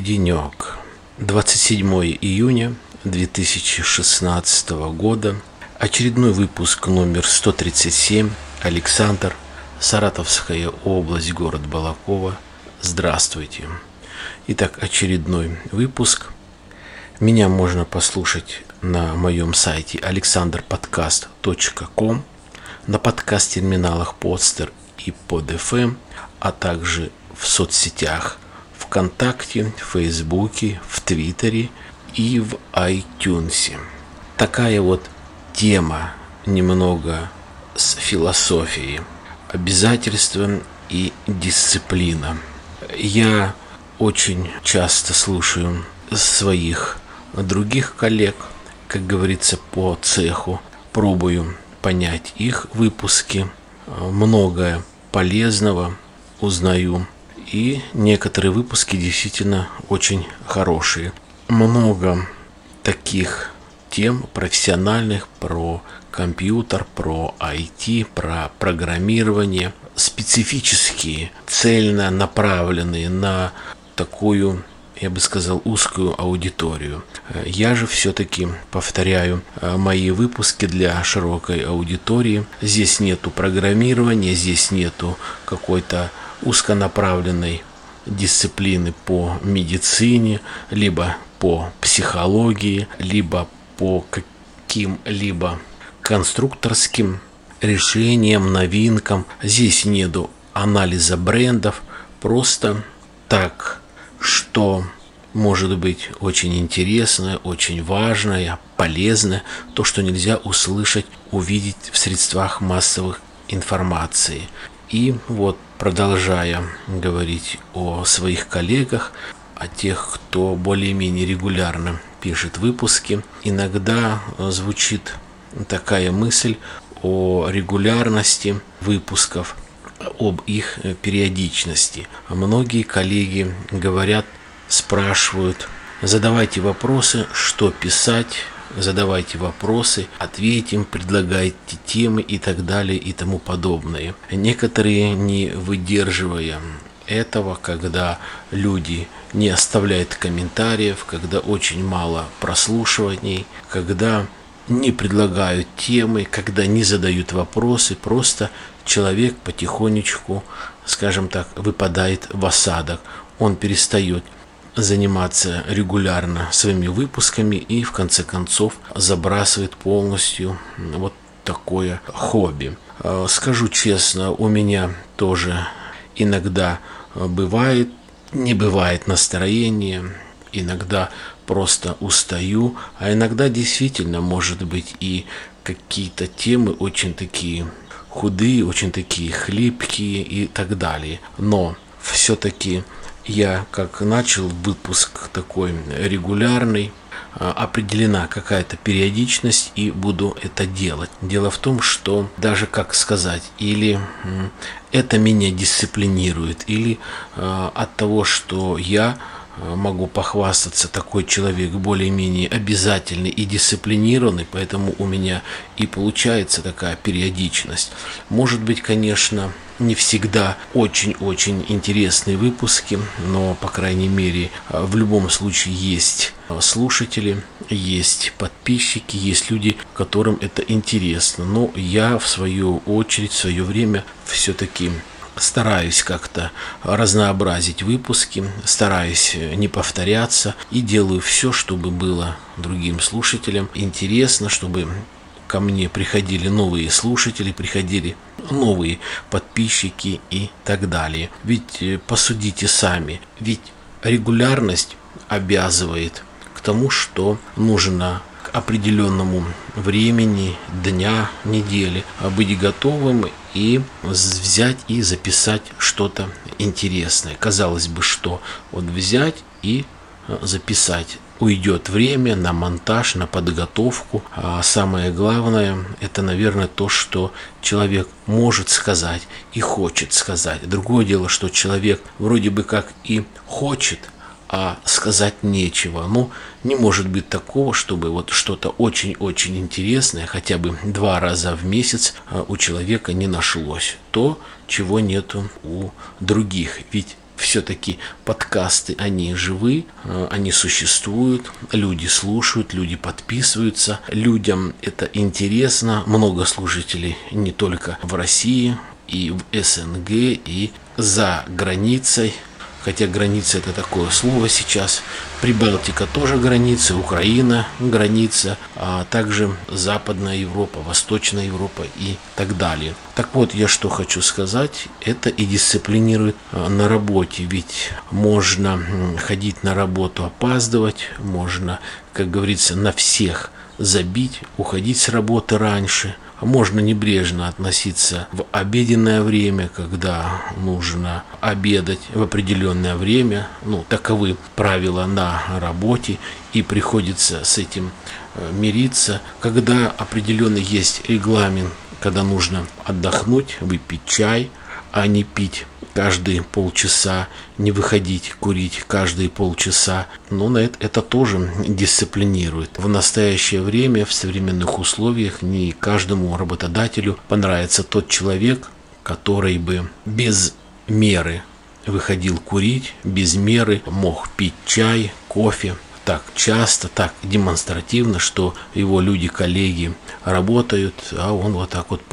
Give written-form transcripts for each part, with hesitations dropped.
денек. 27 июня 2016 года. Очередной выпуск номер 137. Александр, Саратовская область, город Балаково. Здравствуйте. Итак, очередной выпуск. Меня можно послушать на моем сайте alexanderpodcast.com, на подкаст-терминалах Podster и PodFM, а также в соцсетях ВКонтакте, в Фейсбуке, в Твиттере и в iTunes. Такая вот тема немного с философией. Обязательства и дисциплина. Я очень часто слушаю своих других коллег, как говорится, по цеху, пробую понять их выпуски, многое полезного узнаю, и некоторые выпуски действительно очень хорошие. Много таких тем профессиональных про компьютер, про IT, про программирование, специфические, цельно направленные на такую, я бы сказал, узкую аудиторию. Я же все-таки повторяю мои выпуски для широкой аудитории. Здесь нету программирования, здесь нету какой-то узконаправленной дисциплины по медицине, либо по психологии, либо по каким-либо конструкторским решениям, новинкам. Здесь нету анализа брендов, просто так, что может быть очень интересное, очень важное, полезное, то, что нельзя услышать, увидеть в средствах массовой информации. И вот, продолжая говорить о своих коллегах, о тех, кто более-менее регулярно пишет выпуски, иногда звучит такая мысль о регулярности выпусков, об их периодичности. Многие коллеги говорят, спрашивают: задавайте вопросы, что писать, задавайте вопросы, ответим, предлагайте темы и так далее и тому подобное. Некоторые, не выдерживая этого, когда люди не оставляют комментариев, когда очень мало прослушиваний, когда не предлагают темы, когда не задают вопросы, просто человек потихонечку, скажем так, выпадает в осадок. Он перестает заниматься регулярно своими выпусками и в конце концов забрасывает полностью вот такое хобби. Скажу честно, у меня тоже иногда не бывает настроения, иногда просто устаю, а иногда действительно, может быть, и какие-то темы очень такие худые, очень такие хлипкие и так далее. Но все-таки я, как начал выпуск такой регулярный, определена какая-то периодичность, и буду это делать. Дело в том, что даже, как сказать, или это меня дисциплинирует, или от того, что я могу похвастаться, такой человек более-менее обязательный и дисциплинированный, поэтому у меня и получается такая периодичность. Может быть, конечно, не всегда очень-очень интересные выпуски, но, по крайней мере, в любом случае есть слушатели, есть подписчики, есть люди, которым это интересно. Но я, в свою очередь, в свое время все-таки стараюсь как-то разнообразить выпуски, стараюсь не повторяться и делаю все, чтобы было другим слушателям интересно, чтобы ко мне приходили новые слушатели, приходили новые подписчики и так далее. Ведь посудите сами, ведь регулярность обязывает к тому, что нужно к определенному времени, дня, недели быть готовым и взять и записать что-то интересное. Казалось бы, что вот взять и записать. Уйдет время на монтаж, на подготовку. А самое главное, это, наверное, то, что человек может сказать и хочет сказать. Другое дело, что человек вроде бы как и хочет, а сказать нечего. Но не может быть такого, чтобы вот что-то очень-очень интересное, хотя бы 2 раза в месяц у человека не нашлось. То, чего нету у других. Ведь все-таки подкасты, они живы, они существуют, люди слушают, люди подписываются, людям это интересно, много слушателей не только в России, и в СНГ, и за границей. Хотя граница — это такое слово сейчас. Прибалтика тоже граница, Украина граница, а также Западная Европа, Восточная Европа и так далее. Так вот, я что хочу сказать, это и дисциплинирует на работе, ведь можно ходить на работу, опаздывать, можно, как говорится, на всех забить, уходить с работы раньше. Можно небрежно относиться в обеденное время, когда нужно обедать в определенное время. Таковы правила на работе, и приходится с этим мириться. Когда определенный есть регламент, когда нужно отдохнуть, выпить чай, а не пить каждые полчаса, не выходить курить каждые полчаса. Это тоже дисциплинирует. В настоящее время, в современных условиях, не каждому работодателю понравится тот человек, который бы без меры выходил курить, без меры мог пить чай, кофе так часто, так демонстративно, что его люди, коллеги работают, а он вот так вот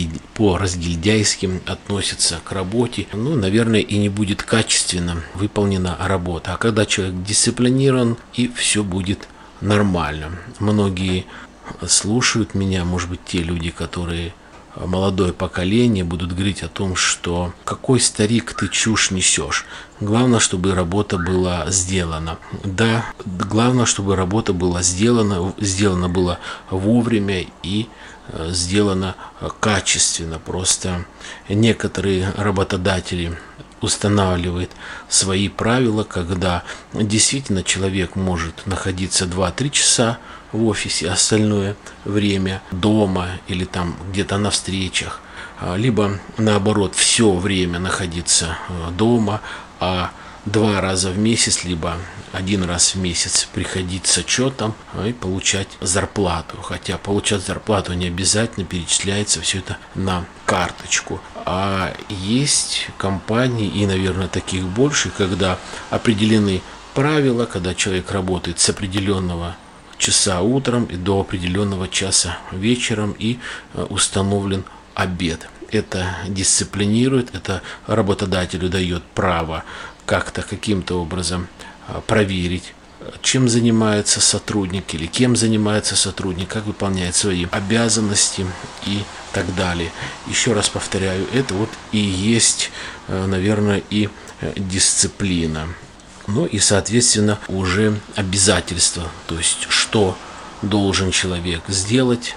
по-разгильдяйски относится к работе. Наверное, и не будет качественно выполнена работа. А когда человек дисциплинирован, и все будет нормально. Многие слушают меня, может быть, те люди, которые молодое поколение, будут говорить о том, что какой старик, ты чушь несешь. Главное, чтобы работа была сделана. Да, главное, чтобы работа была сделана была вовремя и сделана качественно. Просто некоторые работодатели устанавливают свои правила, когда действительно человек может находиться 2-3 часа в офисе, остальное время дома или там где-то на встречах, либо наоборот все время находиться дома, а 2 раза в месяц, либо 1 раз в месяц приходить с отчетом и получать зарплату. Хотя получать зарплату не обязательно, перечисляется все это на карточку. А есть компании, и, наверное, таких больше, когда определены правила, когда человек работает с определенного часа утром и до определенного часа вечером, и установлен обед. Это дисциплинирует, это работодателю дает право как-то каким-то образом проверить, чем занимается сотрудник или кем занимается сотрудник, как выполняет свои обязанности и так далее. Еще раз повторяю, это вот и есть, наверное, и дисциплина. И, соответственно, уже обязательства, то есть, что должен человек сделать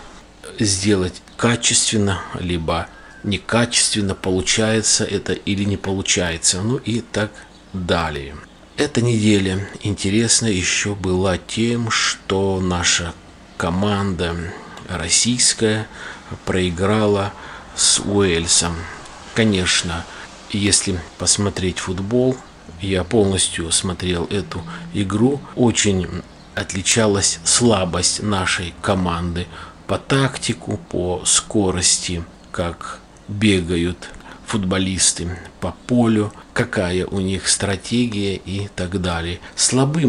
качественно, либо некачественно, получается это или не получается, и так далее. Эта неделя интересна еще была тем, что наша команда российская проиграла с Уэльсом. Конечно, если посмотреть футбол, я полностью смотрел эту игру, очень отличалась слабость нашей команды по тактику, по скорости, как бегают футболисты по полю, какая у них стратегия и так далее. Слабы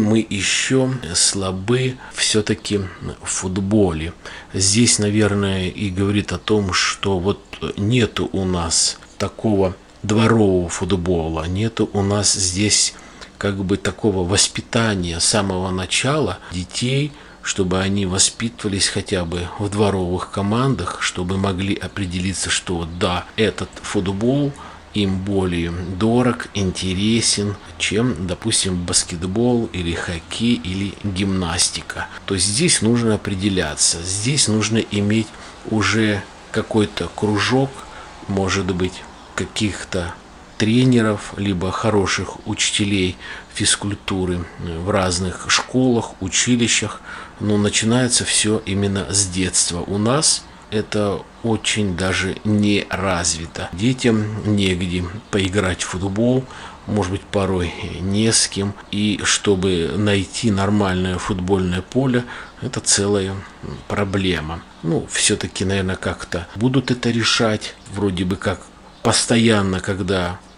все-таки в футболе. Здесь, наверное, и говорит о том, что вот нету у нас такого дворового футбола, нету у нас здесь такого воспитания с самого начала детей, чтобы они воспитывались хотя бы в дворовых командах, чтобы могли определиться, что да, этот футбол им более дорог, интересен, чем, допустим, баскетбол или хоккей или гимнастика. То есть здесь нужно определяться, здесь нужно иметь уже какой-то кружок, может быть, каких-то тренеров, либо хороших учителей физкультуры в разных школах, училищах. Но начинается все именно с детства. У нас это очень даже не развито. Детям негде поиграть в футбол, может быть, порой не с кем. И чтобы найти нормальное футбольное поле, это целая проблема. Все-таки, наверное, как-то будут это решать. Вроде бы как постоянно, когда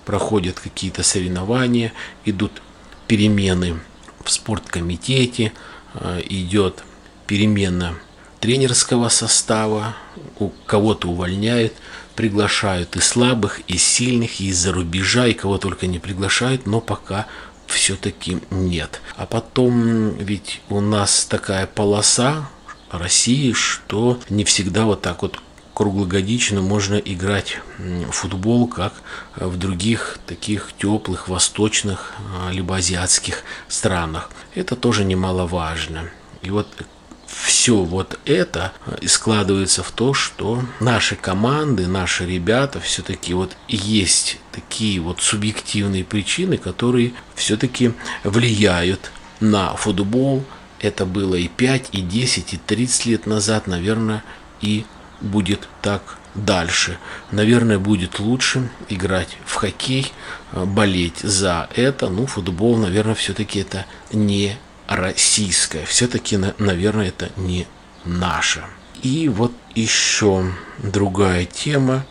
проходят какие-то соревнования, идут перемены в спорткомитете, идет перемена тренерского состава, у кого-то увольняют, приглашают и слабых, и сильных, и из-за рубежа, и кого только не приглашают, но пока все-таки нет. А потом ведь у нас такая полоса России, что не всегда вот так вот круглогодично можно играть в футбол, как в других таких теплых восточных либо азиатских странах. Это тоже немаловажно. И вот все вот это складывается в то, что наши команды, наши ребята, все-таки вот есть такие вот субъективные причины, которые все-таки влияют на футбол. Это было и 5, и 10, и 30 лет назад, наверное, и будет так дальше. Наверное, будет лучше играть в хоккей, болеть за это. Ну, футбол, наверное, все-таки это не российское. Все-таки, наверное, это не наше. И вот еще другая тема.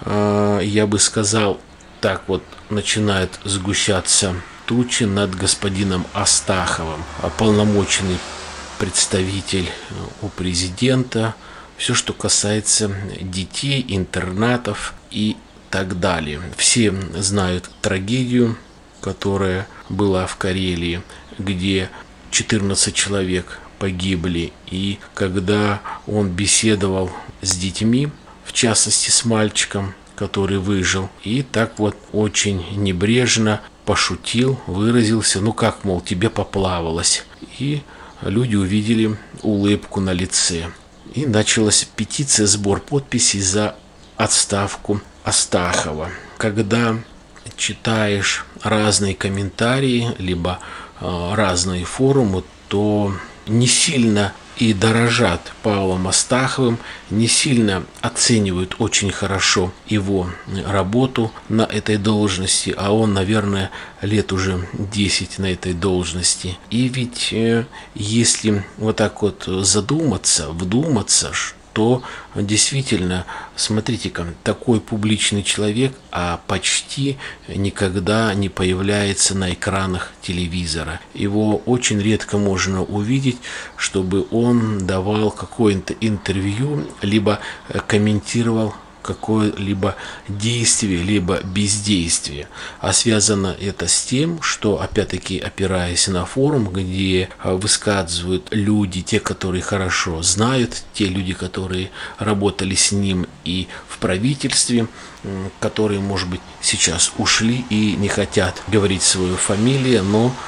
Я бы сказал, так вот начинает сгущаться тучи над господином Астаховым, полномоченный представитель у президента. Все, что касается детей, интернатов и так далее. Все знают трагедию, которая была в Карелии, где 14 человек погибли. И когда он беседовал с детьми, в частности с мальчиком, который выжил, и так вот очень небрежно пошутил, выразился, ну как, мол, тебе поплавалось. И люди увидели улыбку на лице. И началась петиция, сбор подписей за отставку Астахова. Когда читаешь разные комментарии, либо разные форумы, то не сильно и дорожат Павлом Астаховым, не сильно оценивают очень хорошо его работу на этой должности, а он, наверное, лет уже 10 на этой должности. И ведь если вот так вот задуматься, вдуматься, то действительно, смотрите-ка, такой публичный человек, а почти никогда не появляется на экранах телевизора. Его очень редко можно увидеть, чтобы он давал какое-то интервью, либо комментировал какое-либо действие, либо бездействие. А связано это с тем, что, опять-таки, опираясь на форум, где высказывают люди, те, которые хорошо знают, те люди, которые работали с ним и в правительстве, которые, может быть, сейчас ушли и не хотят говорить свою фамилию,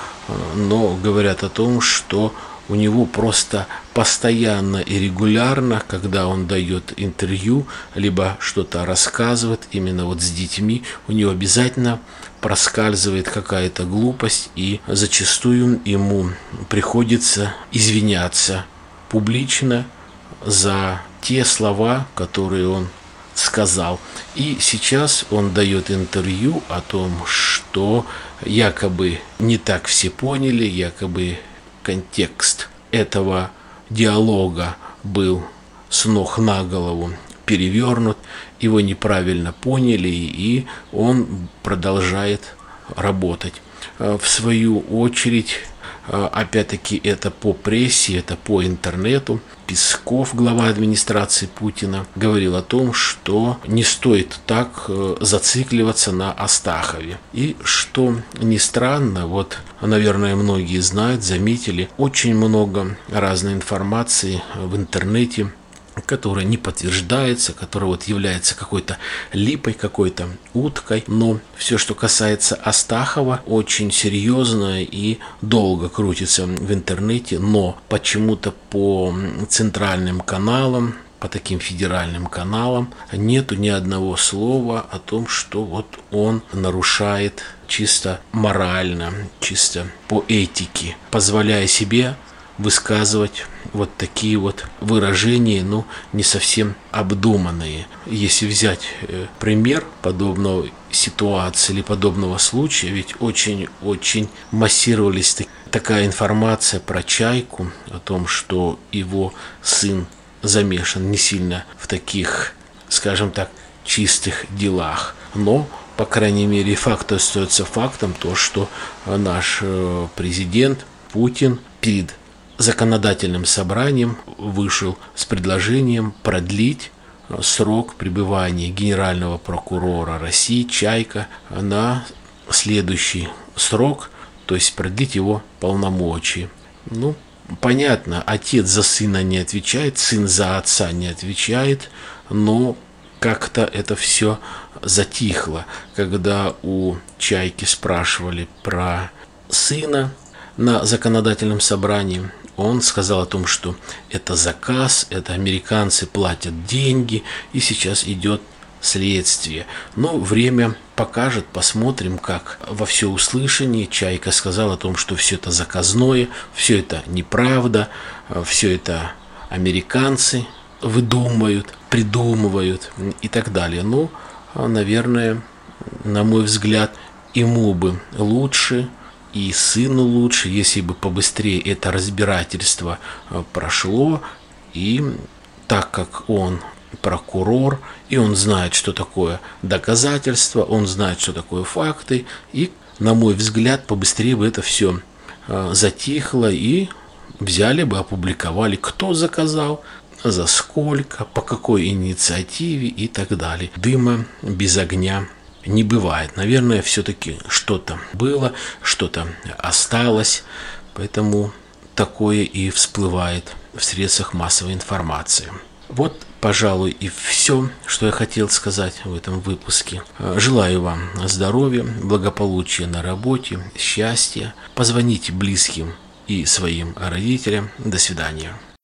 но говорят о том, что у него просто постоянно и регулярно, когда он дает интервью, либо что-то рассказывает именно вот с детьми, у него обязательно проскальзывает какая-то глупость, и зачастую ему приходится извиняться публично за те слова, которые он сказал. И сейчас он дает интервью о том, что якобы не так все поняли, якобы контекст этого диалога был с ног на голову перевернут, его неправильно поняли, и он продолжает работать. В свою очередь, опять-таки, это по прессе, это по интернету, Песков, глава администрации Путина, говорил о том, что не стоит так зацикливаться на Астахове. И что ни странно, вот, наверное, многие знают, заметили, очень много разной информации в интернете, которая не подтверждается, которая вот является какой-то липой, какой-то уткой. Но все, что касается Астахова, очень серьезно и долго крутится в интернете, но почему-то по центральным каналам, по таким федеральным каналам нету ни одного слова о том, что вот он нарушает чисто морально, чисто по этике, позволяя себе высказывать вот такие вот выражения, не совсем обдуманные. Если взять пример подобного ситуации или подобного случая, ведь очень массировались такая информация про Чайку, о том, что его сын замешан не сильно в таких, скажем так, чистых делах. Но по крайней мере, факт остается фактом, то, что наш президент Путин перед законодательным собранием вышел с предложением продлить срок пребывания генерального прокурора России Чайка на следующий срок, то есть продлить его полномочия. Ну, понятно, отец за сына не отвечает, сын за отца не отвечает, но как-то это все затихло. Когда у Чайки спрашивали про сына на законодательном собрании, он сказал о том, что это заказ, это американцы платят деньги, и сейчас идет следствие. Но время покажет, посмотрим, как во всеуслышание Чайка сказал о том, что все это заказное, все это неправда, все это американцы выдумывают, придумывают и так далее. Ну, наверное, на мой взгляд, ему бы лучше и сыну лучше, если бы побыстрее это разбирательство прошло, и так как он прокурор, и он знает, что такое доказательства, он знает, что такое факты, и, на мой взгляд, побыстрее бы это все затихло, и взяли бы, опубликовали, кто заказал, за сколько, по какой инициативе и так далее. Дыма без огня не бывает. Наверное, все-таки что-то было, что-то осталось, поэтому такое и всплывает в средствах массовой информации. Вот, пожалуй, и все, что я хотел сказать в этом выпуске. Желаю вам здоровья, благополучия на работе, счастья. Позвоните близким и своим родителям. До свидания.